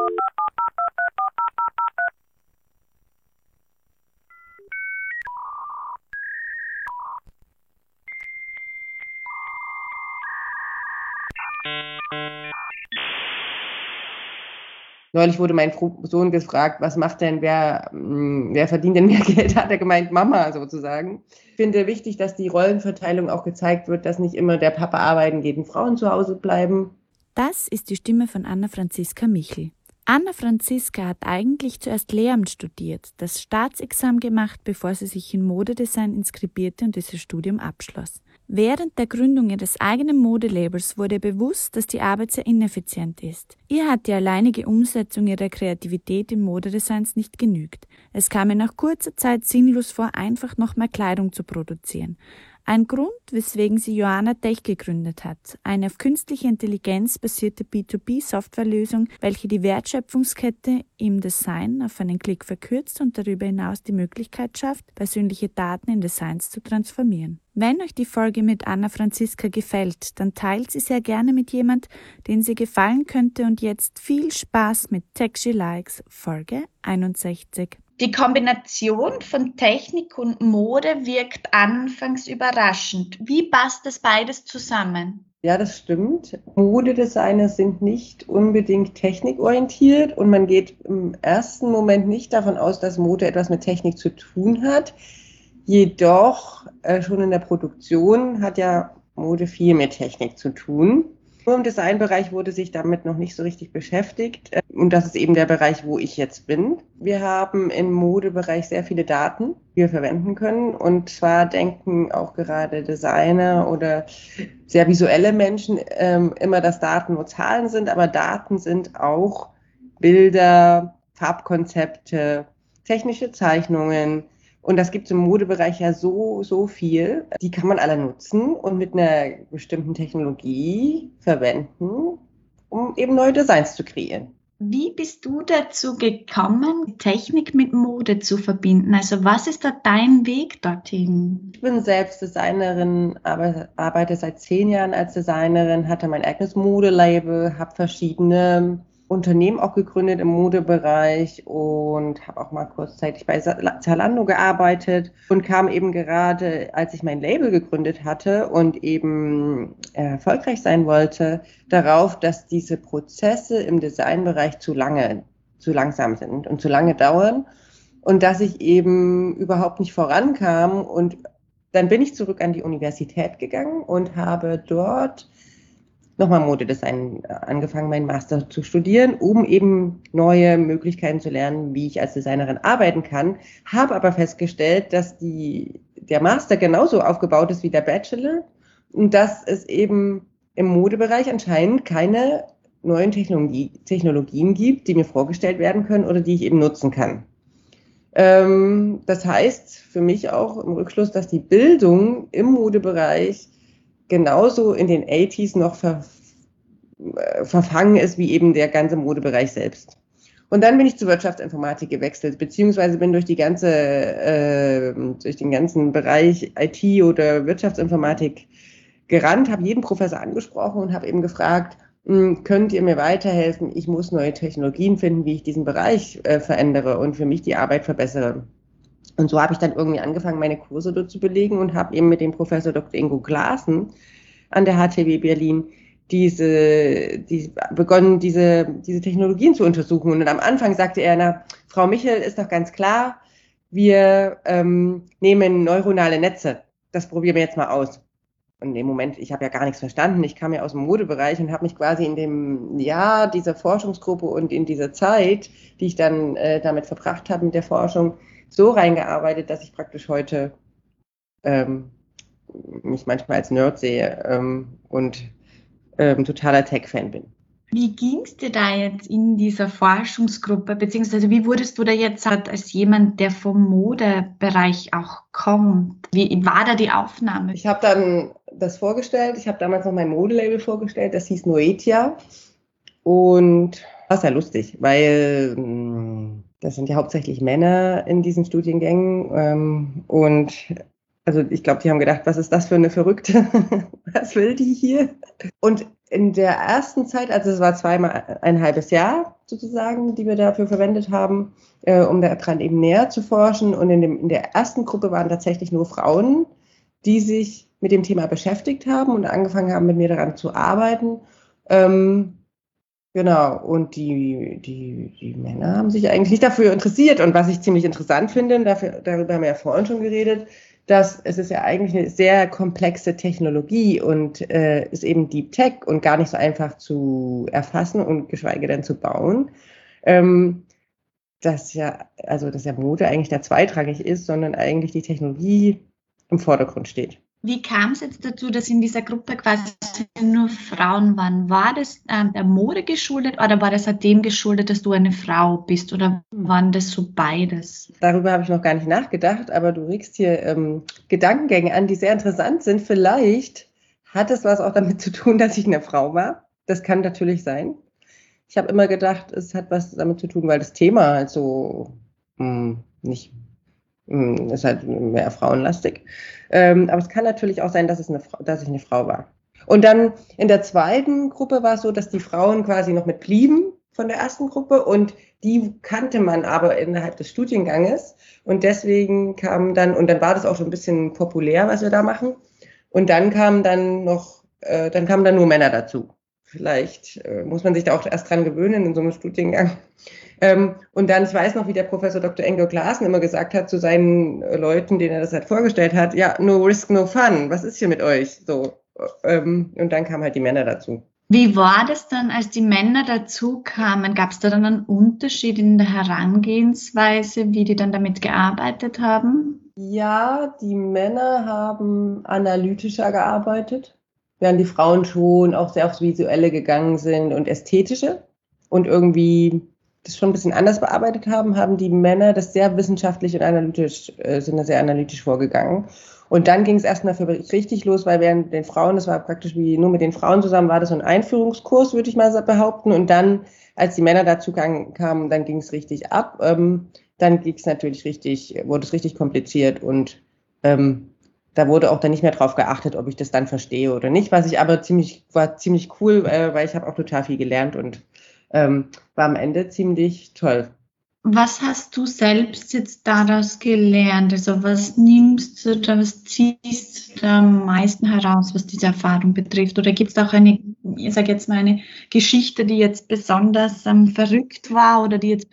Neulich wurde mein Sohn gefragt, was macht denn, wer verdient denn mehr Geld? Hat er gemeint, Mama sozusagen. Ich finde wichtig, dass die Rollenverteilung auch gezeigt wird, dass nicht immer der Papa arbeiten geht und Frauen zu Hause bleiben. Das ist die Stimme von Anna Franziska Michel. Anna Franziska hat eigentlich zuerst Lehramt studiert, das Staatsexamen gemacht, bevor sie sich in Modedesign inskribierte und dieses Studium abschloss. Während der Gründung ihres eigenen Modelabels wurde ihr bewusst, dass die Arbeit sehr ineffizient ist. Ihr hat die alleinige Umsetzung ihrer Kreativität in Modedesigns nicht genügt. Es kam ihr nach kurzer Zeit sinnlos vor, einfach noch mehr Kleidung zu produzieren. Ein Grund, weswegen sie Joanna Tech gegründet hat, eine auf künstliche Intelligenz basierte B2B-Softwarelösung, welche die Wertschöpfungskette im Design auf einen Klick verkürzt und darüber hinaus die Möglichkeit schafft, persönliche Daten in Designs zu transformieren. Wenn euch die Folge mit Anna Franziska gefällt, dann teilt sie sehr gerne mit jemand, den sie gefallen könnte, und jetzt viel Spaß mit Tech She Likes, Folge 61. Die Kombination von Technik und Mode wirkt anfangs überraschend. Wie passt das beides zusammen? Ja, das stimmt. Modedesigner sind nicht unbedingt technikorientiert und man geht im ersten Moment nicht davon aus, dass Mode etwas mit Technik zu tun hat. Jedoch schon in der Produktion hat ja Mode viel mit Technik zu tun. Nur im Designbereich wurde sich damit noch nicht so richtig beschäftigt. Und das ist eben der Bereich, wo ich jetzt bin. Wir haben im Modebereich sehr viele Daten, die wir verwenden können. Und zwar denken auch gerade Designer oder sehr visuelle Menschen immer, dass Daten nur Zahlen sind. Aber Daten sind auch Bilder, Farbkonzepte, technische Zeichnungen. Und das gibt es im Modebereich ja so viel. Die kann man alle nutzen und mit einer bestimmten Technologie verwenden, um eben neue Designs zu kreieren. Wie bist du dazu gekommen, Technik mit Mode zu verbinden? Also was ist da dein Weg dorthin? Ich bin selbst Designerin, arbeite seit 10 Jahren als Designerin, hatte mein eigenes Modelabel, habe verschiedene Unternehmen auch gegründet im Modebereich und habe auch mal kurzzeitig bei Zalando gearbeitet und kam eben gerade, als ich mein Label gegründet hatte und eben erfolgreich sein wollte, darauf, dass diese Prozesse im Designbereich zu langsam sind und zu lange dauern und dass ich eben überhaupt nicht vorankam. Und dann bin ich zurück an die Universität gegangen und habe dort nochmal Modedesign angefangen, meinen Master zu studieren, um eben neue Möglichkeiten zu lernen, wie ich als Designerin arbeiten kann. Habe aber festgestellt, dass der Master genauso aufgebaut ist wie der Bachelor und dass es eben im Modebereich anscheinend keine neuen Technologien gibt, die mir vorgestellt werden können oder die ich eben nutzen kann. Das heißt für mich auch im Rückschluss, dass die Bildung im Modebereich genauso in den 80s noch verfangen ist wie eben der ganze Modebereich selbst. Und dann bin ich zur Wirtschaftsinformatik gewechselt, beziehungsweise bin durch den ganzen Bereich IT oder Wirtschaftsinformatik gerannt, habe jeden Professor angesprochen und habe eben gefragt, könnt ihr mir weiterhelfen? Ich muss neue Technologien finden, wie ich diesen Bereich verändere und für mich die Arbeit verbessere. Und so habe ich dann irgendwie angefangen, meine Kurse dort zu belegen und habe eben mit dem Professor Dr. Ingo Glassen an der HTW Berlin begonnen, diese Technologien zu untersuchen. Und am Anfang sagte er, na, Frau Michel, ist doch ganz klar, wir nehmen neuronale Netze. Das probieren wir jetzt mal aus. Und in dem Moment, ich habe ja gar nichts verstanden. Ich kam ja aus dem Modebereich und habe mich quasi in dem Jahr dieser Forschungsgruppe und in dieser Zeit, die ich dann damit verbracht habe mit der Forschung, so reingearbeitet, dass ich praktisch heute mich manchmal als Nerd sehe und totaler Tech-Fan bin. Wie ging es dir da jetzt in dieser Forschungsgruppe, beziehungsweise wie wurdest du da jetzt als jemand, der vom Modebereich auch kommt? Wie war da die Aufnahme? Ich habe dann das vorgestellt, ich habe damals noch mein Modelabel vorgestellt, das hieß Noetia und war sehr lustig, weil das sind ja hauptsächlich Männer in diesen Studiengängen und also ich glaube, die haben gedacht, was ist das für eine Verrückte? Was will die hier? Und in der ersten Zeit, also es war 2,5 Jahre sozusagen, die wir dafür verwendet haben, um daran eben näher zu forschen. Und in der ersten Gruppe waren tatsächlich nur Frauen, die sich mit dem Thema beschäftigt haben und angefangen haben, mit mir daran zu arbeiten. Genau, und die Männer haben sich eigentlich nicht dafür interessiert. Und was ich ziemlich interessant finde, darüber haben wir ja vorhin schon geredet, dass es ist ja eigentlich eine sehr komplexe Technologie und ist eben Deep Tech und gar nicht so einfach zu erfassen und geschweige denn zu bauen. Dass ja Mode eigentlich da zweitrangig ist, sondern eigentlich die Technologie im Vordergrund steht. Wie kam es jetzt dazu, dass in dieser Gruppe quasi nur Frauen waren? War das der Mode geschuldet oder war das dem geschuldet, dass du eine Frau bist? Oder waren das so beides? Darüber habe ich noch gar nicht nachgedacht, aber du regst hier Gedankengänge an, die sehr interessant sind. Vielleicht hat es was auch damit zu tun, dass ich eine Frau war. Das kann natürlich sein. Ich habe immer gedacht, es hat was damit zu tun, weil das Thema halt so nicht ist halt mehr frauenlastig. Aber es kann natürlich auch sein, dass ich eine Frau war. Und dann in der zweiten Gruppe war es so, dass die Frauen quasi noch mit blieben von der ersten Gruppe und die kannte man aber innerhalb des Studienganges und deswegen dann war das auch schon ein bisschen populär, was wir da machen. Und dann kamen dann nur Männer dazu. Vielleicht muss man sich da auch erst dran gewöhnen in so einem Studiengang. Und dann, ich weiß noch, wie der Professor Dr. Ingo Glasner immer gesagt hat zu seinen Leuten, denen er das halt vorgestellt hat, ja, no risk, no fun, was ist hier mit euch? So, und dann kamen halt die Männer dazu. Wie war das dann, als die Männer dazu kamen? Gab es da dann einen Unterschied in der Herangehensweise, wie die dann damit gearbeitet haben? Ja, die Männer haben analytischer gearbeitet, während die Frauen schon auch sehr aufs Visuelle gegangen sind und Ästhetische und irgendwie das schon ein bisschen anders bearbeitet haben die Männer das sehr wissenschaftlich und analytisch, sind da sehr analytisch vorgegangen. Und dann ging es erstmal für richtig los, weil während den Frauen, das war praktisch wie nur mit den Frauen zusammen, war das so ein Einführungskurs, würde ich mal behaupten. Und dann, als die Männer dazu kamen, dann ging es richtig ab. Dann ging es natürlich wurde es richtig kompliziert und da wurde auch dann nicht mehr drauf geachtet, ob ich das dann verstehe oder nicht, was ich aber war ziemlich cool, weil ich habe auch total viel gelernt und war am Ende ziemlich toll. Was hast du selbst jetzt daraus gelernt? Also was nimmst du da, was ziehst du da am meisten heraus, was diese Erfahrung betrifft? Oder gibt es auch eine Geschichte, die jetzt besonders verrückt war oder die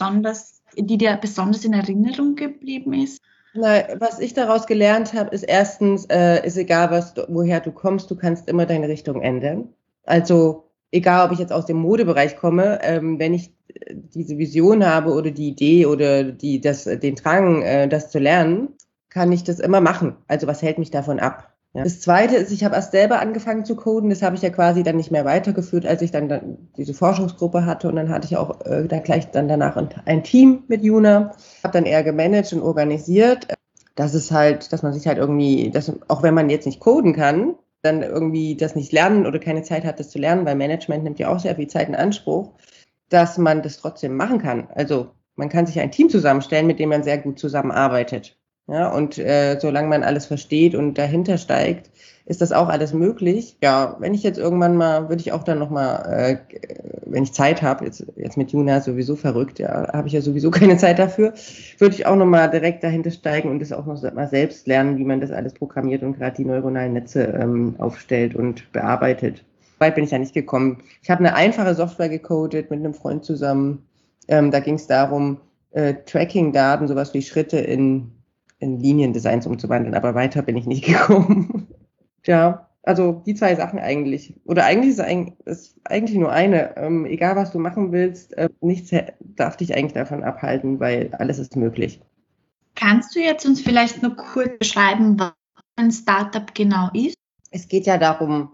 dir besonders in Erinnerung geblieben ist? Was ich daraus gelernt habe, ist erstens, ist egal, woher du kommst, du kannst immer deine Richtung ändern. Also egal, ob ich jetzt aus dem Modebereich komme, wenn ich diese Vision habe oder die Idee oder den Drang, das zu lernen, kann ich das immer machen. Also was hält mich davon ab? Ja. Das Zweite ist, ich habe erst selber angefangen zu coden. Das habe ich ja quasi dann nicht mehr weitergeführt, als ich dann diese Forschungsgruppe hatte. Und dann hatte ich auch dann danach ein Team mit Juna. Habe dann eher gemanagt und organisiert. Dass man sich halt irgendwie, auch wenn man jetzt nicht coden kann, dann irgendwie das nicht lernen oder keine Zeit hat, das zu lernen, weil Management nimmt ja auch sehr viel Zeit in Anspruch, dass man das trotzdem machen kann. Also man kann sich ein Team zusammenstellen, mit dem man sehr gut zusammenarbeitet. Ja, und solange man alles versteht und dahinter steigt, ist das auch alles möglich. Ja, wenn ich jetzt irgendwann mal, würde ich auch dann nochmal, wenn ich Zeit habe, jetzt mit Juna sowieso verrückt, ja, habe ich ja sowieso keine Zeit dafür, würde ich auch nochmal direkt dahinter steigen und das auch noch mal selbst lernen, wie man das alles programmiert und gerade die neuronalen Netze aufstellt und bearbeitet. Weit bin ich ja nicht gekommen. Ich habe eine einfache Software gecodet mit einem Freund zusammen. Da ging es darum, Tracking-Daten, sowas wie Schritte in Liniendesigns umzuwandeln, aber weiter bin ich nicht gekommen. Ja, also die zwei Sachen eigentlich. Oder eigentlich ist eigentlich nur eine. Egal, was du machen willst, nichts darf dich eigentlich davon abhalten, weil alles ist möglich. Kannst du jetzt uns vielleicht nur kurz beschreiben, was ein Startup genau ist? Es geht ja darum,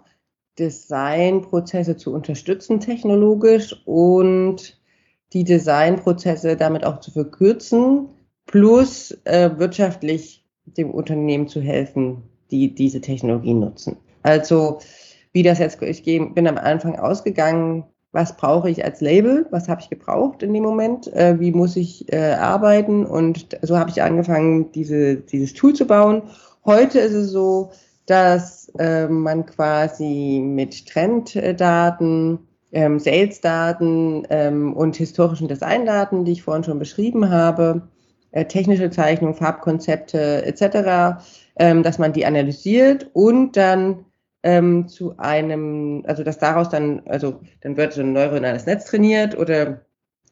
Designprozesse zu unterstützen technologisch und die Designprozesse damit auch zu verkürzen, plus wirtschaftlich dem Unternehmen zu helfen, die diese Technologie nutzen. Also wie das jetzt, bin am Anfang ausgegangen, was brauche ich als Label, was habe ich gebraucht in dem Moment, wie muss ich arbeiten und so habe ich angefangen, dieses Tool zu bauen. Heute ist es so, dass man quasi mit Trenddaten, Sales-Daten und historischen Designdaten, die ich vorhin schon beschrieben habe, technische Zeichnungen, Farbkonzepte etc., dass man die analysiert und dann zu einem, also dass daraus dann, also dann wird so ein neuronales Netz trainiert oder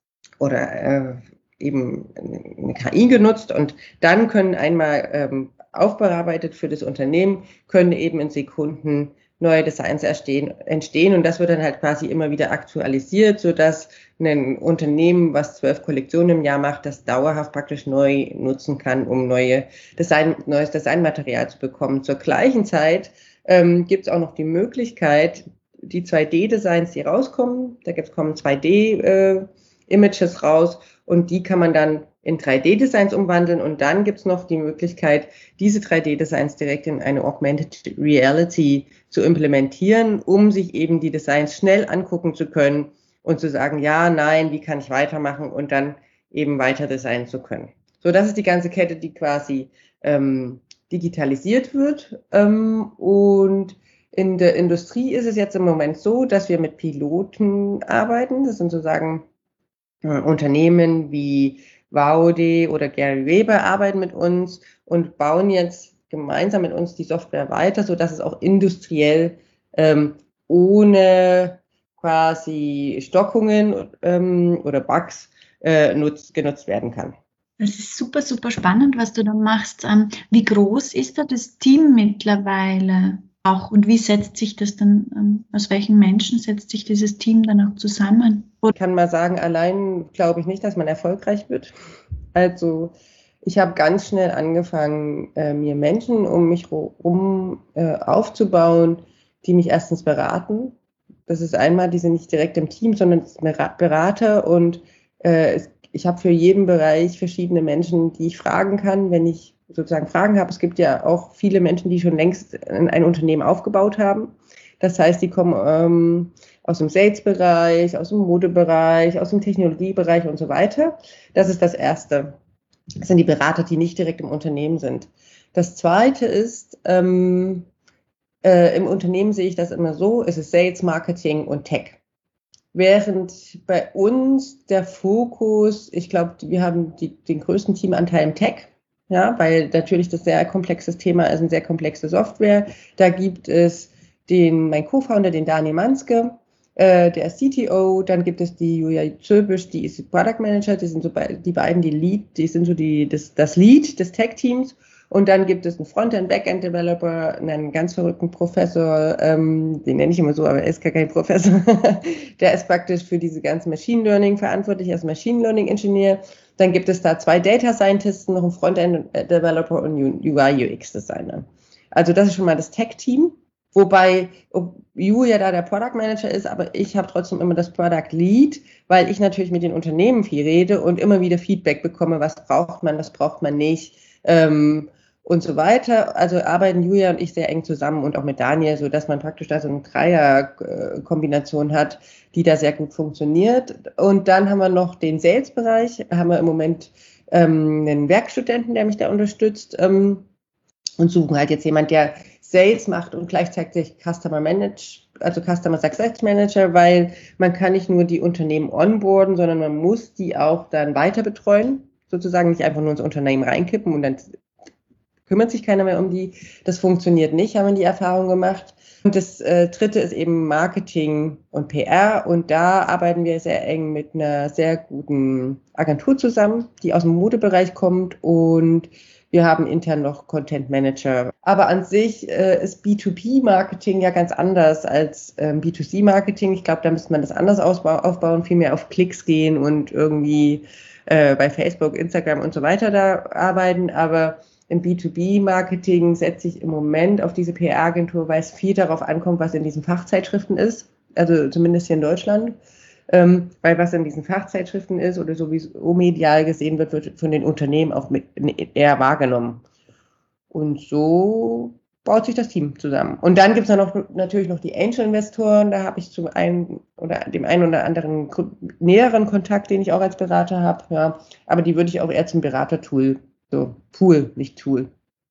eben eine KI genutzt und dann können einmal aufbereitet für das Unternehmen, können eben in Sekunden neue Designs entstehen und das wird dann halt quasi immer wieder aktualisiert, sodass ein Unternehmen, was 12 Kollektionen im Jahr macht, das dauerhaft praktisch neu nutzen kann, um neues Designmaterial zu bekommen. Zur gleichen Zeit gibt es auch noch die Möglichkeit, die 2D-Designs, die rauskommen, kommen 2D-Images raus und die kann man dann in 3D-Designs umwandeln und dann gibt es noch die Möglichkeit, diese 3D-Designs direkt in eine Augmented Reality zu implementieren, um sich eben die Designs schnell angucken zu können und zu sagen, ja, nein, wie kann ich weitermachen und dann eben weiter designen zu können. So, das ist die ganze Kette, die quasi digitalisiert wird und in der Industrie ist es jetzt im Moment so, dass wir mit Piloten arbeiten. Das sind sozusagen Unternehmen wie Vaude oder Gary Weber arbeiten mit uns und bauen jetzt gemeinsam mit uns die Software weiter, sodass es auch industriell ohne quasi Stockungen oder Bugs genutzt werden kann. Das ist super, super spannend, was du da machst. Wie groß ist da das Team mittlerweile auch und wie setzt sich das dann, aus welchen Menschen setzt sich dieses Team dann auch zusammen? Ich kann mal sagen, allein glaube ich nicht, dass man erfolgreich wird. Also ich habe ganz schnell angefangen, mir Menschen um mich herum aufzubauen, die mich erstens beraten. Das ist einmal, die sind nicht direkt im Team, sondern es sind Berater und ich habe für jeden Bereich verschiedene Menschen, die ich fragen kann, wenn ich sozusagen Fragen habe. Es gibt ja auch viele Menschen, die schon längst ein Unternehmen aufgebaut haben. Das heißt, die kommen aus dem Sales-Bereich, aus dem Modebereich, aus dem Technologiebereich und so weiter. Das ist das Erste. Das sind die Berater, die nicht direkt im Unternehmen sind. Das Zweite ist, im Unternehmen sehe ich das immer so, es ist Sales, Marketing und Tech. Während bei uns der Fokus, ich glaube, wir haben den größten Teamanteil im Tech, ja, weil natürlich das sehr komplexes Thema ist, eine sehr komplexe Software. Da gibt es mein Co-Founder, den Daniel Manske, der ist CTO, dann gibt es die Julia Zöbisch, die ist Product Manager, die sind so die beiden das Lead des Tech-Teams. Und dann gibt es einen Frontend-Backend-Developer, einen ganz verrückten Professor, den nenne ich immer so, aber er ist gar kein Professor. Der ist praktisch für diese ganzen Machine Learning verantwortlich, als Machine Learning-Ingenieur. Dann gibt es da 2 Data Scientisten, noch einen Frontend-Developer und UI-UX-Designer. Also das ist schon mal das Tech-Team. Wobei Julia da der Product Manager ist, aber ich habe trotzdem immer das Product Lead, weil ich natürlich mit den Unternehmen viel rede und immer wieder Feedback bekomme, was braucht man nicht und so weiter. Also arbeiten Julia und ich sehr eng zusammen und auch mit Daniel, so dass man praktisch da so eine Dreier-Kombination hat, die da sehr gut funktioniert. Und dann haben wir noch den Sales-Bereich, haben wir im Moment einen Werkstudenten, der mich da unterstützt und suchen halt jetzt jemand, der Sales macht und gleichzeitig Customer Success Manager, weil man kann nicht nur die Unternehmen onboarden, sondern man muss die auch dann weiter betreuen, sozusagen nicht einfach nur ins Unternehmen reinkippen und dann kümmert sich keiner mehr um die. Das funktioniert nicht, haben wir die Erfahrung gemacht. Und das Dritte ist eben Marketing und PR und da arbeiten wir sehr eng mit einer sehr guten Agentur zusammen, die aus dem Modebereich kommt und wir haben intern noch Content Manager. Aber an sich ist B2B-Marketing ja ganz anders als B2C-Marketing. Ich glaube, da müsste man das anders aufbauen, viel mehr auf Klicks gehen und irgendwie bei Facebook, Instagram und so weiter da arbeiten. Aber im B2B-Marketing setze ich im Moment auf diese PR-Agentur, weil es viel darauf ankommt, was in diesen Fachzeitschriften ist. Also zumindest hier in Deutschland. Weil was in diesen Fachzeitschriften ist oder sowieso medial gesehen wird, wird von den Unternehmen auch eher wahrgenommen. Und so baut sich das Team zusammen. Und dann gibt es natürlich noch die Angel-Investoren. Da habe ich dem einen oder anderen näheren Kontakt, den ich auch als Berater habe. Ja. Aber die würde ich auch eher zum Beratertool, so Pool, nicht Tool,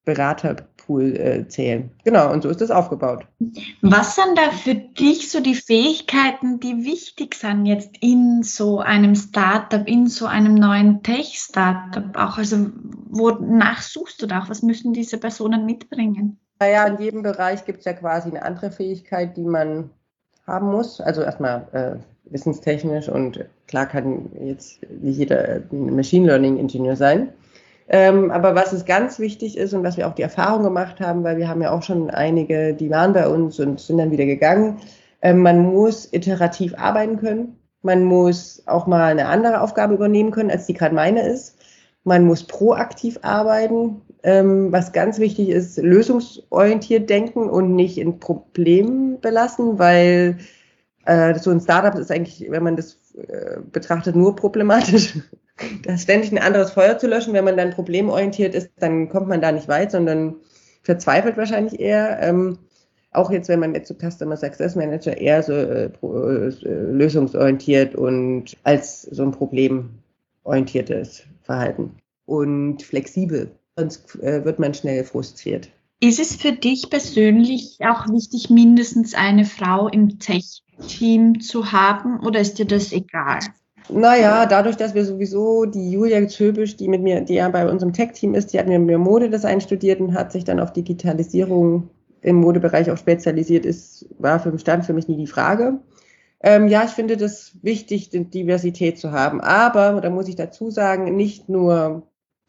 Beraterpool zählen. Genau, und so ist das aufgebaut. Was sind da für dich so die Fähigkeiten, die wichtig sind jetzt in so einem Startup, in so einem neuen Tech-Startup auch? Also wonach suchst du da auch? Was müssen diese Personen mitbringen? Naja, in jedem Bereich gibt es ja quasi eine andere Fähigkeit, die man haben muss. Also erstmal wissenstechnisch, und klar kann jetzt nicht jeder Machine Learning Ingenieur sein. Aber was es ganz wichtig ist und was wir auch die Erfahrung gemacht haben, weil wir haben ja auch schon einige, die waren bei uns und sind dann wieder gegangen, man muss iterativ arbeiten können. Man muss auch mal eine andere Aufgabe übernehmen können, als die gerade meine ist. Man muss proaktiv arbeiten. Was ganz wichtig ist, lösungsorientiert denken und nicht in Problemen belassen, weil so ein Startup ist eigentlich, wenn man das betrachtet, nur problematisch. Da ist ständig ein anderes Feuer zu löschen. Wenn man dann problemorientiert ist, dann kommt man da nicht weit, sondern verzweifelt wahrscheinlich eher. Auch jetzt, wenn man jetzt so Customer Success Manager eher so lösungsorientiert und als so ein problemorientiertes Verhalten und flexibel. Sonst wird man schnell frustriert. Ist es für dich persönlich auch wichtig, mindestens eine Frau im Tech-Team zu haben, oder ist dir das egal? Naja, dadurch, dass wir sowieso die Julia Zöbisch, die ja bei unserem Tech-Team ist, die hat mir Modedesign studiert und hat sich dann auf Digitalisierung im Modebereich auch spezialisiert ist, stand für mich nie die Frage. Ja, ich finde das wichtig, die Diversität zu haben. Aber, da muss ich dazu sagen, nicht nur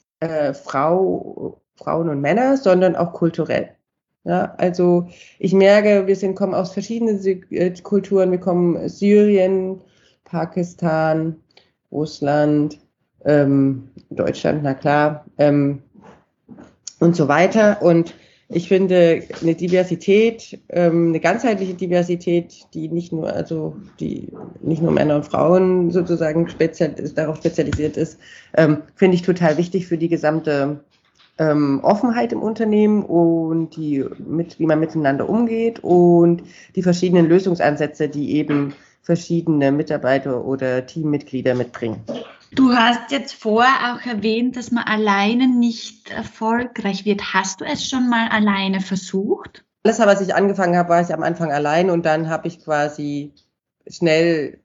Frauen und Männer, sondern auch kulturell. Ja, also ich merke, wir kommen aus verschiedenen Kulturen. Wir kommen aus Syrien, Pakistan, Russland, Deutschland, na klar, und so weiter. Und ich finde eine Diversität, eine ganzheitliche Diversität, die nicht nur Männer und Frauen sozusagen darauf spezialisiert ist, finde ich total wichtig für die gesamte Offenheit im Unternehmen und wie man miteinander umgeht und die verschiedenen Lösungsansätze, die eben verschiedene Mitarbeiter oder Teammitglieder mitbringen. Du hast jetzt vorher auch erwähnt, dass man alleine nicht erfolgreich wird. Hast du es schon mal alleine versucht? Alles, was ich angefangen habe, war ich am Anfang allein, und dann habe ich quasi schnell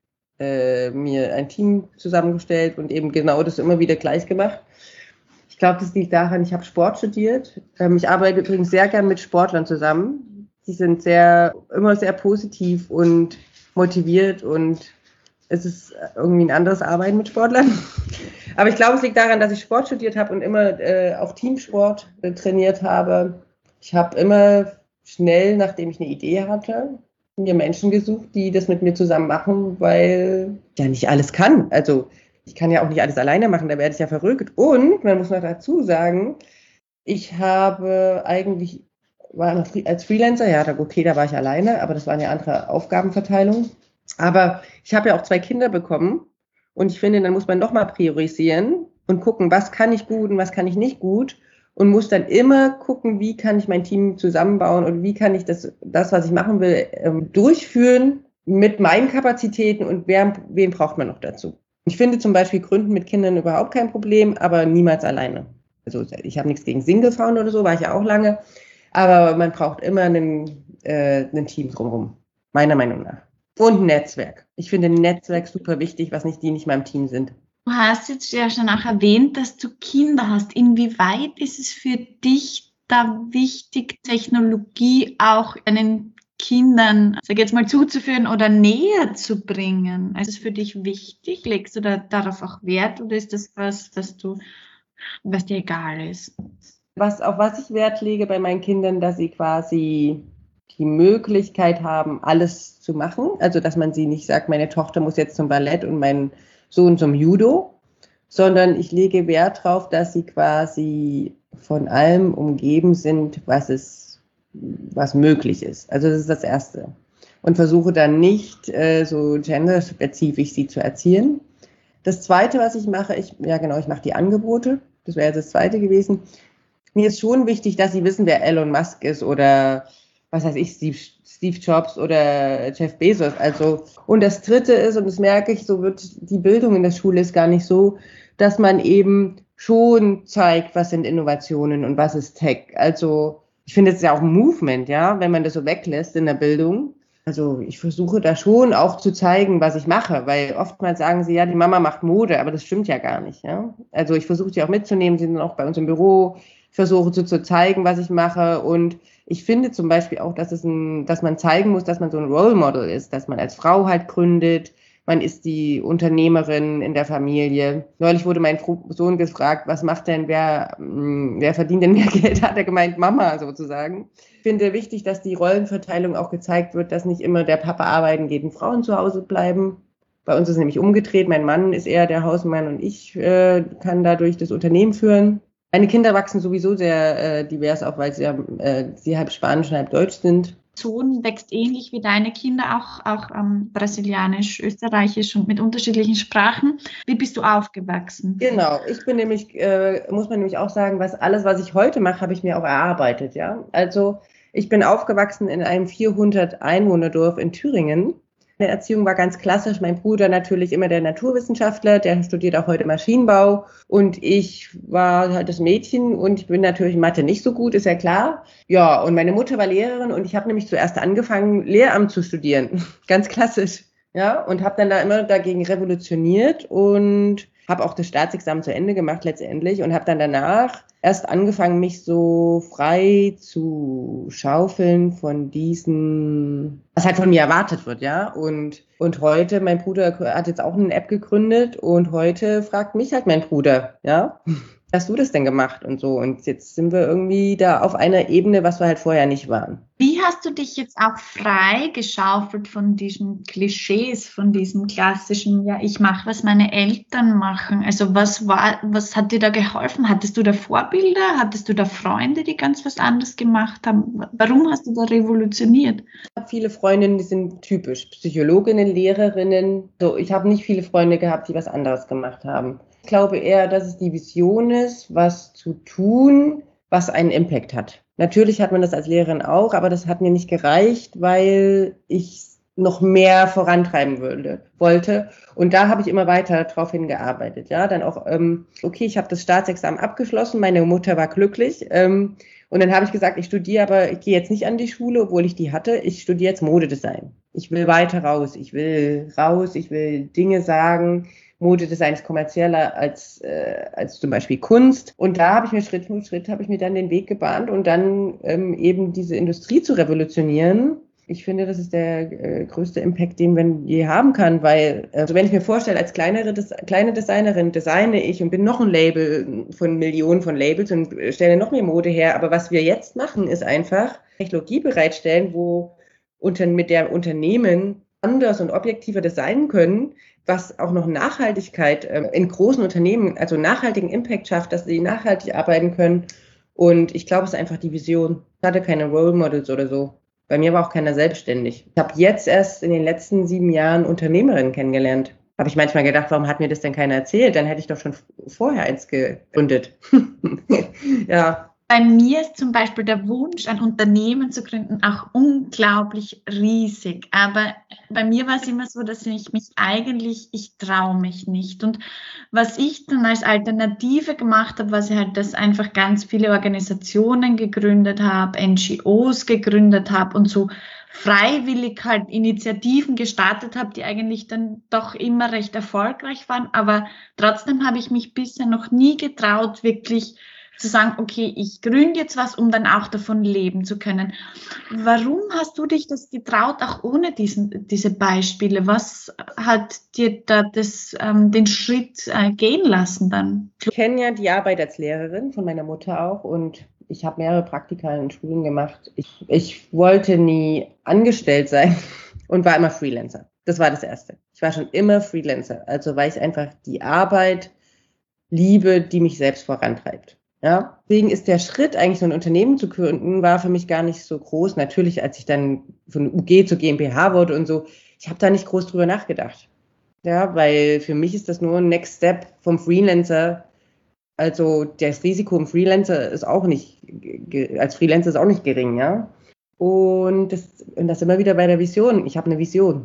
mir ein Team zusammengestellt und eben genau das immer wieder gleich gemacht. Ich glaube, das liegt daran, ich habe Sport studiert. Ich arbeite übrigens sehr gern mit Sportlern zusammen. Die sind immer sehr positiv und motiviert, und es ist irgendwie ein anderes Arbeiten mit Sportlern. Aber ich glaube, es liegt daran, dass ich Sport studiert habe und immer auch Teamsport trainiert habe. Ich habe immer schnell, nachdem ich eine Idee hatte, mir Menschen gesucht, die das mit mir zusammen machen, weil ich ja nicht alles kann. Also ich kann ja auch nicht alles alleine machen, da werde ich ja verrückt. Und man muss noch dazu sagen, ich habe eigentlich, war als Freelancer, ja, okay, da war ich alleine, aber das war eine andere Aufgabenverteilung. Aber ich habe ja auch 2 Kinder bekommen, und ich finde, dann muss man nochmal priorisieren und gucken, was kann ich gut und was kann ich nicht gut, und muss dann immer gucken, wie kann ich mein Team zusammenbauen und wie kann ich das was ich machen will, durchführen mit meinen Kapazitäten, und wen braucht man noch dazu. Ich finde zum Beispiel Gründen mit Kindern überhaupt kein Problem, aber niemals alleine. Also ich habe nichts gegen Single-Frauen oder so, war ich ja auch lange, aber man braucht immer ein Team drumherum, meiner Meinung nach. Und ein Netzwerk. Ich finde ein Netzwerk super wichtig, die nicht mal im Team sind. Du hast jetzt ja schon auch erwähnt, dass du Kinder hast. Inwieweit ist es für dich da wichtig, Technologie auch einen Kindern, sag jetzt mal, zuzuführen oder näher zu bringen? Ist es für dich wichtig? Legst du da darauf auch Wert, oder ist das was dir egal ist? Auf was ich Wert lege bei meinen Kindern, dass sie quasi die Möglichkeit haben, alles zu machen. Also, dass man sie nicht sagt, meine Tochter muss jetzt zum Ballett und mein Sohn zum Judo, sondern ich lege Wert darauf, dass sie quasi von allem umgeben sind, was möglich ist. Also das ist das Erste. Und versuche dann nicht so genderspezifisch sie zu erziehen. Das Zweite, was ich mache, ich mache die Angebote. Das wäre das Zweite gewesen. Mir ist schon wichtig, dass sie wissen, wer Elon Musk ist oder was weiß ich, Steve Jobs oder Jeff Bezos. Also, und das Dritte ist, und das merke ich, so wird die Bildung in der Schule ist gar nicht so, dass man eben schon zeigt, was sind Innovationen und was ist Tech. Also ich finde, es ist ja auch ein Movement, ja, wenn man das so weglässt in der Bildung. Also ich versuche da schon auch zu zeigen, was ich mache, weil oftmals sagen sie, ja, die Mama macht Mode, aber das stimmt ja gar nicht, ja. Also ich versuche die auch mitzunehmen, sie sind auch bei uns im Büro, ich versuche so zu zeigen, was ich mache, und ich finde zum Beispiel auch, dass man zeigen muss, dass man so ein Role Model ist, dass man als Frau halt gründet, man ist die Unternehmerin in der Familie. Neulich wurde mein Sohn gefragt, was macht denn, wer verdient denn mehr Geld? Hat er gemeint, Mama sozusagen. Ich finde wichtig, dass die Rollenverteilung auch gezeigt wird, dass nicht immer der Papa arbeiten geht und Frauen zu Hause bleiben. Bei uns ist es nämlich umgedreht. Mein Mann ist eher der Hausmann und ich kann dadurch das Unternehmen führen. Meine Kinder wachsen sowieso sehr divers auf, weil sie halb Spanisch und halb Deutsch sind. Sohn wächst ähnlich wie deine Kinder, auch brasilianisch, österreichisch und mit unterschiedlichen Sprachen. Wie bist du aufgewachsen? Genau, ich bin nämlich, muss man nämlich auch sagen, alles, was ich heute mache, habe ich mir auch erarbeitet, ja. Also ich bin aufgewachsen in einem 400-Einwohner-Dorf in Thüringen. Meine Erziehung war ganz klassisch. Mein Bruder natürlich immer der Naturwissenschaftler, der studiert auch heute Maschinenbau. Und ich war halt das Mädchen und ich bin natürlich in Mathe nicht so gut, ist ja klar. Ja, und meine Mutter war Lehrerin und ich habe nämlich zuerst angefangen, Lehramt zu studieren. Ganz klassisch. Ja, und habe dann da immer dagegen revolutioniert und habe auch das Staatsexamen zu Ende gemacht letztendlich und habe dann danach erst angefangen, mich so frei zu schaufeln von diesen, was halt von mir erwartet wird, ja. Und heute, mein Bruder hat jetzt auch eine App gegründet und heute fragt mich halt mein Bruder, ja, hast du das denn gemacht und so. Und jetzt sind wir irgendwie da auf einer Ebene, was wir halt vorher nicht waren. Wie hast du dich jetzt auch frei geschaufelt von diesen Klischees, von diesem klassischen, ja, ich mache, was meine Eltern machen? Also was hat dir da geholfen? Hattest du da Vorbilder? Hattest du da Freunde, die ganz was anderes gemacht haben? Warum hast du da revolutioniert? Ich habe viele Freundinnen, die sind typisch Psychologinnen, Lehrerinnen. So, ich habe nicht viele Freunde gehabt, die was anderes gemacht haben. Ich glaube eher, dass es die Vision ist, was zu tun, was einen Impact hat. Natürlich hat man das als Lehrerin auch, aber das hat mir nicht gereicht, weil ich noch mehr vorantreiben wollte. Und da habe ich immer weiter drauf hingearbeitet. Ja, dann auch, okay, ich habe das Staatsexamen abgeschlossen, meine Mutter war glücklich. Und dann habe ich gesagt, ich gehe jetzt nicht an die Schule, obwohl ich die hatte. Ich studiere jetzt Modedesign. Ich will weiter raus. Ich will Dinge sagen. Modedesign ist kommerzieller als zum Beispiel Kunst. Und da habe ich mir Schritt für Schritt dann den Weg gebahnt und dann eben diese Industrie zu revolutionieren. Ich finde, das ist der größte Impact, den man je haben kann, weil, also wenn ich mir vorstelle, als kleine Designerin designe ich und bin noch ein Label von Millionen von Labels und stelle noch mehr Mode her. Aber was wir jetzt machen, ist einfach Technologie bereitstellen, mit der Unternehmen anders und objektiver designen können, was auch noch Nachhaltigkeit in großen Unternehmen, also nachhaltigen Impact schafft, dass sie nachhaltig arbeiten können. Und ich glaube, es ist einfach die Vision. Ich hatte keine Role Models oder so. Bei mir war auch keiner selbstständig. Ich habe jetzt erst in den letzten 7 Jahren Unternehmerinnen kennengelernt. Habe ich manchmal gedacht, warum hat mir das denn keiner erzählt? Dann hätte ich doch schon vorher eins gegründet. Ja. Bei mir ist zum Beispiel der Wunsch, ein Unternehmen zu gründen, auch unglaublich riesig. Aber bei mir war es immer so, dass ich traue mich nicht. Und was ich dann als Alternative gemacht habe, was ich halt, dass einfach ganz viele Organisationen gegründet habe, NGOs gegründet habe und so freiwillig halt Initiativen gestartet habe, die eigentlich dann doch immer recht erfolgreich waren. Aber trotzdem habe ich mich bisher noch nie getraut, wirklich zu sagen, okay, ich gründe jetzt was, um dann auch davon leben zu können. Warum hast du dich das getraut, auch ohne diese Beispiele? Was hat dir da den Schritt gehen lassen dann? Ich kenne ja die Arbeit als Lehrerin von meiner Mutter auch und ich habe mehrere Praktika in Schulen gemacht. Ich wollte nie angestellt sein und war immer Freelancer. Das war das Erste. Ich war schon immer Freelancer, also weil ich einfach die Arbeit liebe, die mich selbst vorantreibt. Ja, deswegen ist der Schritt, eigentlich so ein Unternehmen zu gründen, war für mich gar nicht so groß. Natürlich, als ich dann von UG zur GmbH wurde und so, ich habe da nicht groß drüber nachgedacht. Ja, weil für mich ist das nur ein Next Step vom Freelancer. Also das Risiko im Freelancer ist auch nicht, als Freelancer ist auch nicht gering, ja. Und das immer wieder bei der Vision. Ich habe eine Vision.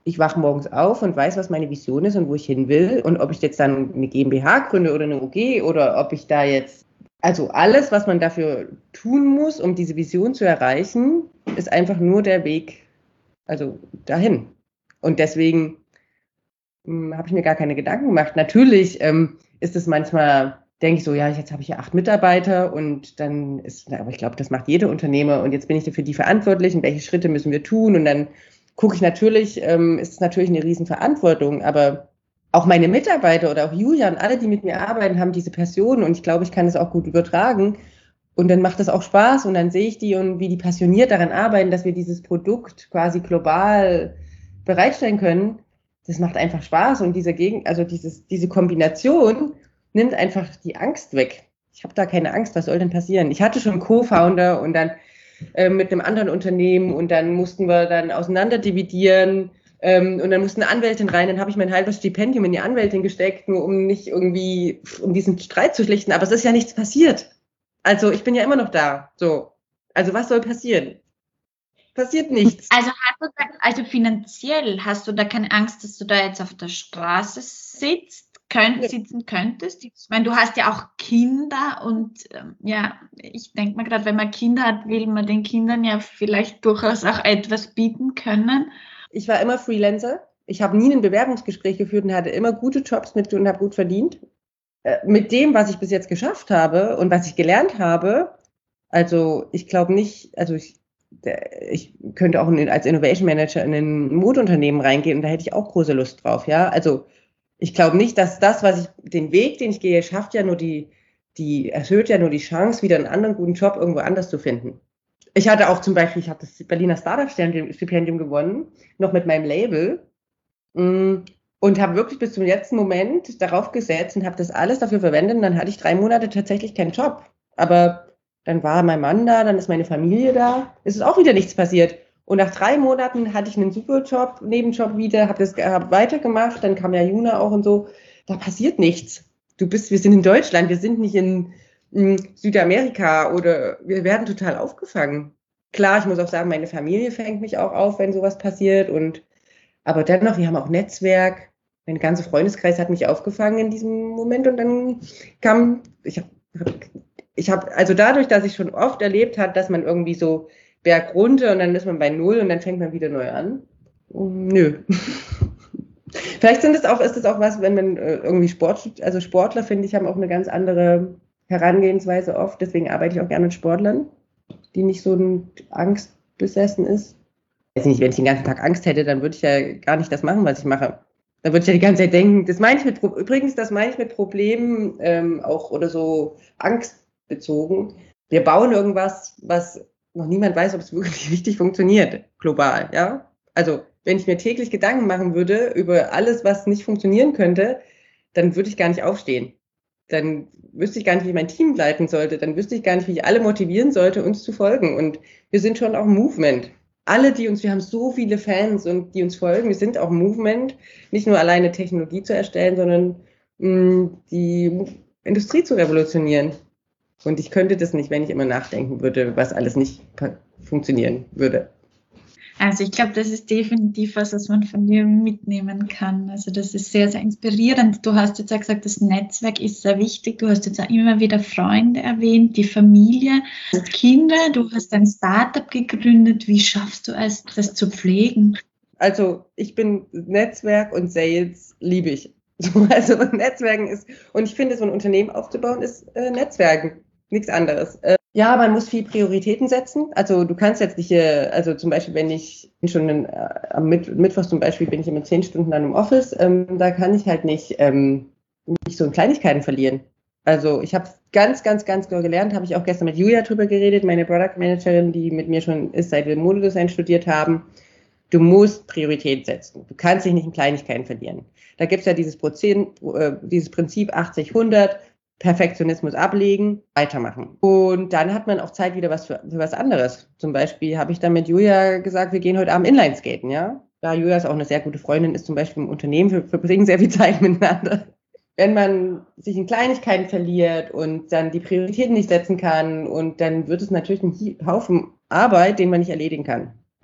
ich wache morgens auf und weiß, was meine Vision ist und wo ich hin will. Und ob ich jetzt dann eine GmbH gründe oder eine UG oder ob ich da jetzt, also alles, was man dafür tun muss, um diese Vision zu erreichen, ist einfach nur der Weg, also dahin. Und deswegen habe ich mir gar keine Gedanken gemacht. Natürlich ist es manchmal, denke ich so, ja, jetzt habe ich ja 8 Mitarbeiter und dann ist, aber ich glaube, das macht jeder Unternehmer und jetzt bin ich für die verantwortlich und welche Schritte müssen wir tun und dann gucke ich natürlich, ist es natürlich eine Riesenverantwortung, aber auch meine Mitarbeiter oder auch Julia und alle, die mit mir arbeiten, haben diese Passion und ich glaube, ich kann es auch gut übertragen und dann macht es auch Spaß und dann sehe ich die und wie die passioniert daran arbeiten, dass wir dieses Produkt quasi global bereitstellen können. Das macht einfach Spaß und diese Kombination nimmt einfach die Angst weg. Ich habe da keine Angst, was soll denn passieren? Ich hatte schon einen Co-Founder und dann mit einem anderen Unternehmen und dann mussten wir dann auseinander dividieren und dann musste eine Anwältin rein, dann habe ich mein halbes Stipendium in die Anwältin gesteckt, nur um nicht irgendwie, um diesen Streit zu schlichten, aber es ist ja nichts passiert. Also ich bin ja immer noch da, so. Also was soll passieren? Passiert nichts. Also finanziell hast du da keine Angst, dass du da jetzt auf der Straße sitzen könntest? Ich meine, du hast ja auch Kinder und ich denke mal gerade, wenn man Kinder hat, will man den Kindern ja vielleicht durchaus auch etwas bieten können. Ich war immer Freelancer. Ich habe nie ein Bewerbungsgespräch geführt und hatte immer gute Jobs und habe gut verdient. Mit dem, was ich bis jetzt geschafft habe und was ich gelernt habe, also ich glaube nicht, also ich könnte auch als Innovation Manager in ein Modeunternehmen reingehen und da hätte ich auch große Lust drauf, ja. Also ich glaube nicht, dass den Weg, den ich gehe, schafft ja nur erhöht ja nur die Chance, wieder einen anderen guten Job irgendwo anders zu finden. Ich hatte auch zum Beispiel, ich habe das Berliner Startup-Stipendium gewonnen, noch mit meinem Label und habe wirklich bis zum letzten Moment darauf gesetzt und habe das alles dafür verwendet und dann hatte ich 3 Monate tatsächlich keinen Job. Aber dann war mein Mann da, dann ist meine Familie da. Es ist auch wieder nichts passiert. Und nach 3 Monaten hatte ich einen super Job, Nebenjob wieder, habe weitergemacht. Dann kam ja Juna auch und so. Da passiert nichts. Wir sind in Deutschland, wir sind nicht in Südamerika oder wir werden total aufgefangen. Klar, ich muss auch sagen, meine Familie fängt mich auch auf, wenn sowas passiert. Aber dennoch, wir haben auch Netzwerk. Mein ganzer Freundeskreis hat mich aufgefangen in diesem Moment und dann kam, also dadurch, dass ich schon oft erlebt habe, dass man irgendwie so Berg runter und dann ist man bei 0 und dann fängt man wieder neu an. Nö. Vielleicht ist es auch was, wenn man irgendwie Sportler, finde ich, haben auch eine ganz andere Herangehensweise oft. Deswegen arbeite ich auch gerne mit Sportlern, die nicht so Angst besessen ist. Ich weiß nicht, wenn ich den ganzen Tag Angst hätte, dann würde ich ja gar nicht das machen, was ich mache. Dann würde ich ja die ganze Zeit denken, das meine ich mit Problemen auch oder so angstbezogen. Wir bauen irgendwas, was noch niemand weiß, ob es wirklich richtig funktioniert, global, ja. Also, wenn ich mir täglich Gedanken machen würde über alles, was nicht funktionieren könnte, dann würde ich gar nicht aufstehen. Dann wüsste ich gar nicht, wie ich mein Team leiten sollte. Dann wüsste ich gar nicht, wie ich alle motivieren sollte, uns zu folgen. Und wir sind schon auch ein Movement. Wir haben so viele Fans und die uns folgen. Wir sind auch ein Movement, nicht nur alleine Technologie zu erstellen, sondern die Industrie zu revolutionieren. Und ich könnte das nicht, wenn ich immer nachdenken würde, was alles nicht funktionieren würde. Also ich glaube, das ist definitiv was man von dir mitnehmen kann. Also das ist sehr, sehr inspirierend. Du hast jetzt ja gesagt, das Netzwerk ist sehr wichtig. Du hast jetzt auch immer wieder Freunde erwähnt, die Familie, Kinder. Du hast ein Startup gegründet. Wie schaffst du es, das zu pflegen? Also ich bin Netzwerk und Sales liebe ich. Also Netzwerken und ich finde, so ein Unternehmen aufzubauen ist Netzwerken, nichts anderes. Ja, man muss viel Prioritäten setzen. Also du kannst jetzt nicht, also zum Beispiel, wenn ich schon am Mittwoch zum Beispiel bin ich immer 10 Stunden dann im Office, da kann ich halt nicht so in Kleinigkeiten verlieren. Also ich habe ganz klar gelernt, habe ich auch gestern mit Julia drüber geredet, meine Product Managerin, die mit mir schon ist, seit wir Modedesign studiert haben. Du musst Priorität setzen. Du kannst dich nicht in Kleinigkeiten verlieren. Da gibt es ja dieses Prinzip 80-100, Perfektionismus ablegen, weitermachen. Und dann hat man auch Zeit wieder für was anderes. Zum Beispiel habe ich dann mit Julia gesagt, wir gehen heute Abend Inlineskaten, ja. Da Julia ist auch eine sehr gute Freundin, ist zum Beispiel im Unternehmen, wir verbringen sehr viel Zeit miteinander. Wenn man sich in Kleinigkeiten verliert und dann die Prioritäten nicht setzen kann und dann wird es natürlich ein Haufen Arbeit, den man nicht erledigen kann.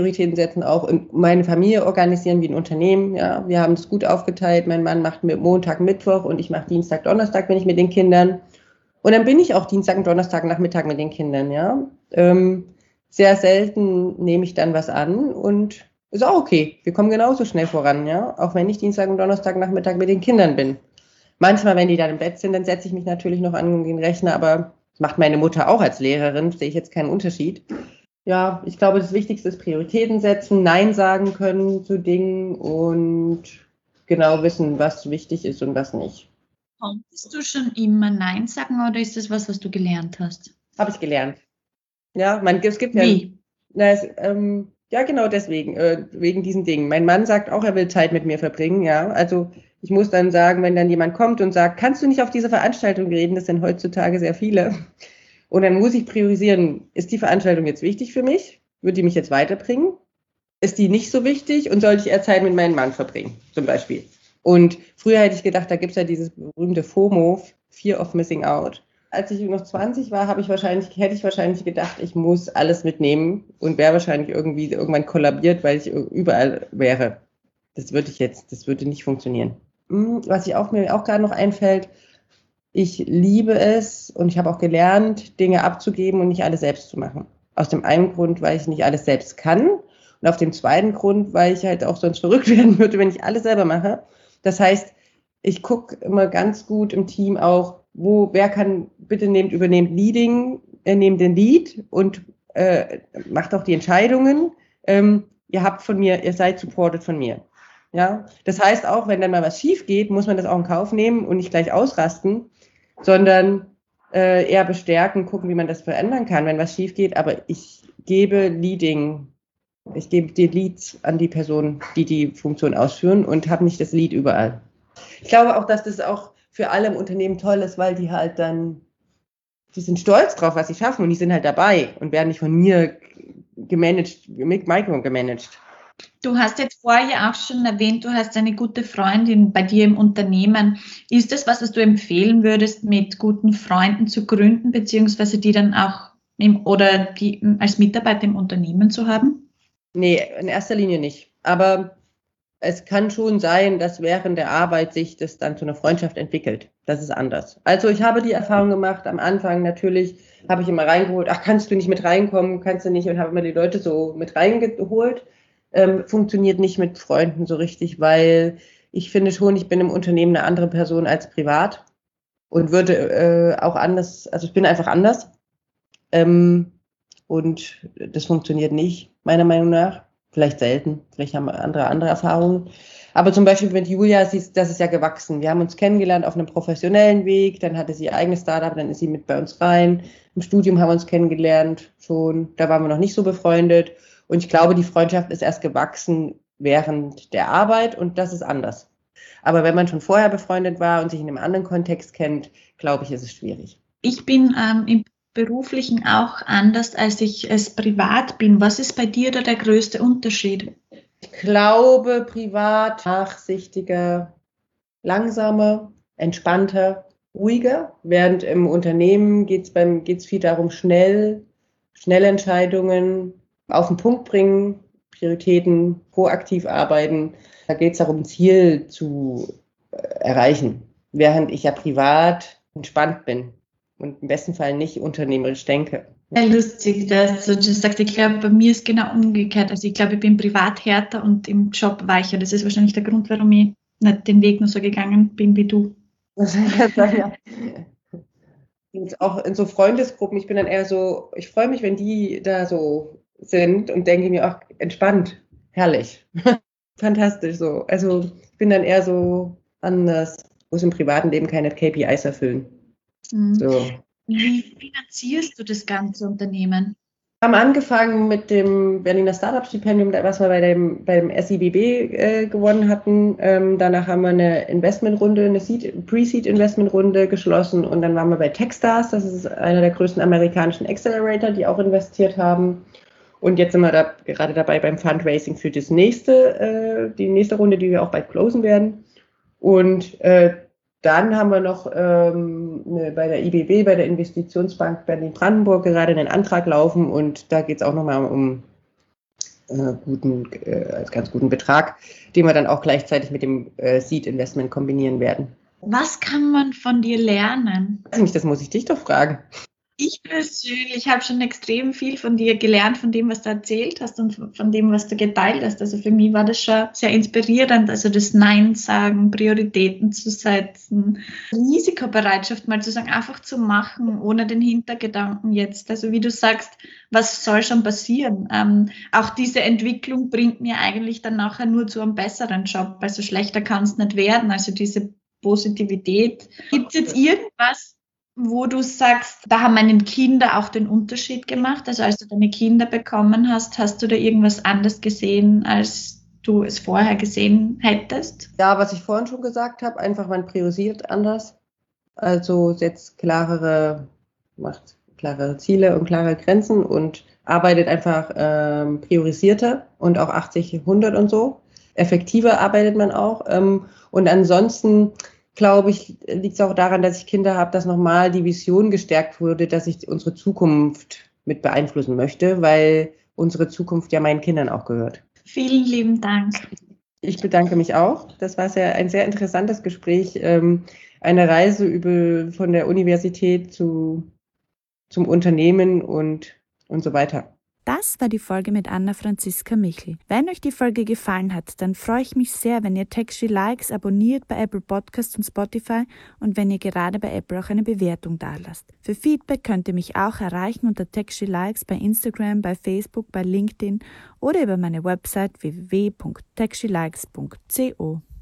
Prioritäten setzen, auch meine Familie organisieren wie ein Unternehmen. Ja, wir haben es gut aufgeteilt. Mein Mann macht Montag, Mittwoch und ich mache Dienstag, Donnerstag, bin ich mit den Kindern. Und dann bin ich auch Dienstag und Donnerstag Nachmittag mit den Kindern. Ja, sehr selten nehme ich dann was an und ist auch okay. Wir kommen genauso schnell voran. Ja, auch wenn ich Dienstag und Donnerstag Nachmittag mit den Kindern bin. Manchmal, wenn die dann im Bett sind, dann setze ich mich natürlich noch an den Rechner, aber das macht meine Mutter auch als Lehrerin, sehe ich jetzt keinen Unterschied. Ja, ich glaube, das Wichtigste ist Prioritäten setzen, Nein sagen können zu Dingen und genau wissen, was wichtig ist und was nicht. Konntest du schon immer Nein sagen oder ist das was du gelernt hast? Habe ich gelernt. Ja, es gibt Wie? Ja, genau deswegen, wegen diesen Dingen. Mein Mann sagt auch, er will Zeit mit mir verbringen, ja. Also ich muss dann sagen, wenn dann jemand kommt und sagt, kannst du nicht auf diese Veranstaltung reden, das sind heutzutage sehr viele. Und dann muss ich priorisieren, ist die Veranstaltung jetzt wichtig für mich? Wird die mich jetzt weiterbringen? Ist die nicht so wichtig und sollte ich eher Zeit mit meinem Mann verbringen, zum Beispiel? Und früher hätte ich gedacht, da gibt es ja dieses berühmte FOMO, Fear of Missing Out. Als ich noch 20 war, hätte ich wahrscheinlich gedacht, ich muss alles mitnehmen und wäre wahrscheinlich irgendwann kollabiert, weil ich überall wäre. Das würde nicht funktionieren. Was mir auch gerade noch einfällt, ich liebe es und ich habe auch gelernt, Dinge abzugeben und nicht alles selbst zu machen. Aus dem einen Grund, weil ich nicht alles selbst kann und auf dem zweiten Grund, weil ich halt auch sonst verrückt werden würde, wenn ich alles selber mache. Das heißt, ich gucke immer ganz gut im Team auch, wer kann, bitte übernehmt Leading, nehmt den Lead und macht auch die Entscheidungen. Ihr seid supported von mir. Ja, das heißt auch, wenn dann mal was schief geht, muss man das auch in Kauf nehmen und nicht gleich ausrasten, sondern eher bestärken, gucken, wie man das verändern kann, wenn was schief geht. Aber ich gebe die Leads an die Personen, die Funktion ausführen und habe nicht das Lead überall. Ich glaube auch, dass das auch für alle im Unternehmen toll ist, weil die halt dann, die sind stolz drauf, was sie schaffen und die sind halt dabei und werden nicht von mir microgemanagt. Du hast jetzt vorher ja auch schon erwähnt, du hast eine gute Freundin bei dir im Unternehmen. Ist das was du empfehlen würdest, mit guten Freunden zu gründen, beziehungsweise die dann auch die als Mitarbeiter im Unternehmen zu haben? Nee, in erster Linie nicht. Aber es kann schon sein, dass während der Arbeit sich das dann zu einer Freundschaft entwickelt. Das ist anders. Also ich habe die Erfahrung gemacht, am Anfang natürlich habe ich immer reingeholt, kannst du nicht mit reinkommen, kannst du nicht, und habe immer die Leute so mit reingeholt. Funktioniert nicht mit Freunden so richtig, weil ich finde schon, ich bin im Unternehmen eine andere Person als privat und würde auch anders, also ich bin einfach anders. Und das funktioniert nicht, meiner Meinung nach. Vielleicht selten, vielleicht haben andere Erfahrungen. Aber zum Beispiel mit Julia, das ist ja gewachsen. Wir haben uns kennengelernt auf einem professionellen Weg, dann hatte sie ihr eigenes Startup, dann ist sie mit bei uns rein. Im Studium haben wir uns kennengelernt schon, da waren wir noch nicht so befreundet. Und ich glaube, die Freundschaft ist erst gewachsen während der Arbeit und das ist anders. Aber wenn man schon vorher befreundet war und sich in einem anderen Kontext kennt, glaube ich, ist es schwierig. Ich bin im Beruflichen auch anders, als ich es privat bin. Was ist bei dir da der größte Unterschied? Ich glaube, privat nachsichtiger, langsamer, entspannter, ruhiger. Während im Unternehmen geht's viel darum, schnelle Entscheidungen auf den Punkt bringen, Prioritäten, proaktiv arbeiten. Da geht es darum, Ziel zu erreichen. Während ich ja privat entspannt bin und im besten Fall nicht unternehmerisch denke. Ja, lustig, dass du das sagst. Ich glaube, bei mir ist genau umgekehrt. Also ich glaube, ich bin privat härter und im Job weicher. Das ist wahrscheinlich der Grund, warum ich nicht den Weg nur so gegangen bin wie du. Ja. Auch in so Freundesgruppen, ich bin dann eher so, ich freue mich, wenn die da so sind und denke mir auch, entspannt, herrlich, fantastisch so. Also ich bin dann eher so anders, muss im privaten Leben keine KPIs erfüllen. So. Wie finanzierst du das ganze Unternehmen? Wir haben angefangen mit dem Berliner Startup-Stipendium, was wir bei dem SIBB gewonnen hatten. Danach haben wir eine Investmentrunde, eine Pre-Seed-Investmentrunde geschlossen und dann waren wir bei Techstars, das ist einer der größten amerikanischen Accelerator, die auch investiert haben. Und jetzt sind wir da gerade dabei beim Fundraising für die nächste Runde, die wir auch bald closen werden. Und dann haben wir noch bei der IBB, bei der Investitionsbank Berlin-Brandenburg, gerade einen Antrag laufen und da geht es auch nochmal um ganz guten Betrag, den wir dann auch gleichzeitig mit dem Seed-Investment kombinieren werden. Was kann man von dir lernen? Weiß nicht, das muss ich dich doch fragen. Ich persönlich habe schon extrem viel von dir gelernt, von dem, was du erzählt hast und von dem, was du geteilt hast. Also für mich war das schon sehr inspirierend, also das Nein sagen, Prioritäten zu setzen, Risikobereitschaft mal zu sagen, einfach zu machen, ohne den Hintergedanken jetzt. Also wie du sagst, was soll schon passieren? Auch diese Entwicklung bringt mir eigentlich dann nachher nur zu einem besseren Job. Also schlechter kann es nicht werden. Also diese Positivität. Gibt es jetzt irgendwas, wo du sagst, da haben meine Kinder auch den Unterschied gemacht? Also als du deine Kinder bekommen hast, hast du da irgendwas anderes gesehen, als du es vorher gesehen hättest? Ja, was ich vorhin schon gesagt habe, einfach man priorisiert anders. Also macht klare Ziele und klare Grenzen und arbeitet einfach priorisierter und auch 80-100 und so. Effektiver arbeitet man auch. Und ansonsten glaube ich, liegt es auch daran, dass ich Kinder habe, dass nochmal die Vision gestärkt wurde, dass ich unsere Zukunft mit beeinflussen möchte, weil unsere Zukunft ja meinen Kindern auch gehört. Vielen lieben Dank. Ich bedanke mich auch. Das war ein sehr interessantes Gespräch. Eine Reise von der Universität zum Unternehmen und so weiter. Das war die Folge mit Anna-Franziska Michel. Wenn euch die Folge gefallen hat, dann freue ich mich sehr, wenn ihr Techshe Likes abonniert bei Apple Podcasts und Spotify und wenn ihr gerade bei Apple auch eine Bewertung dalasst. Für Feedback könnt ihr mich auch erreichen unter Techshe Likes bei Instagram, bei Facebook, bei LinkedIn oder über meine Website www.techshelikes.co.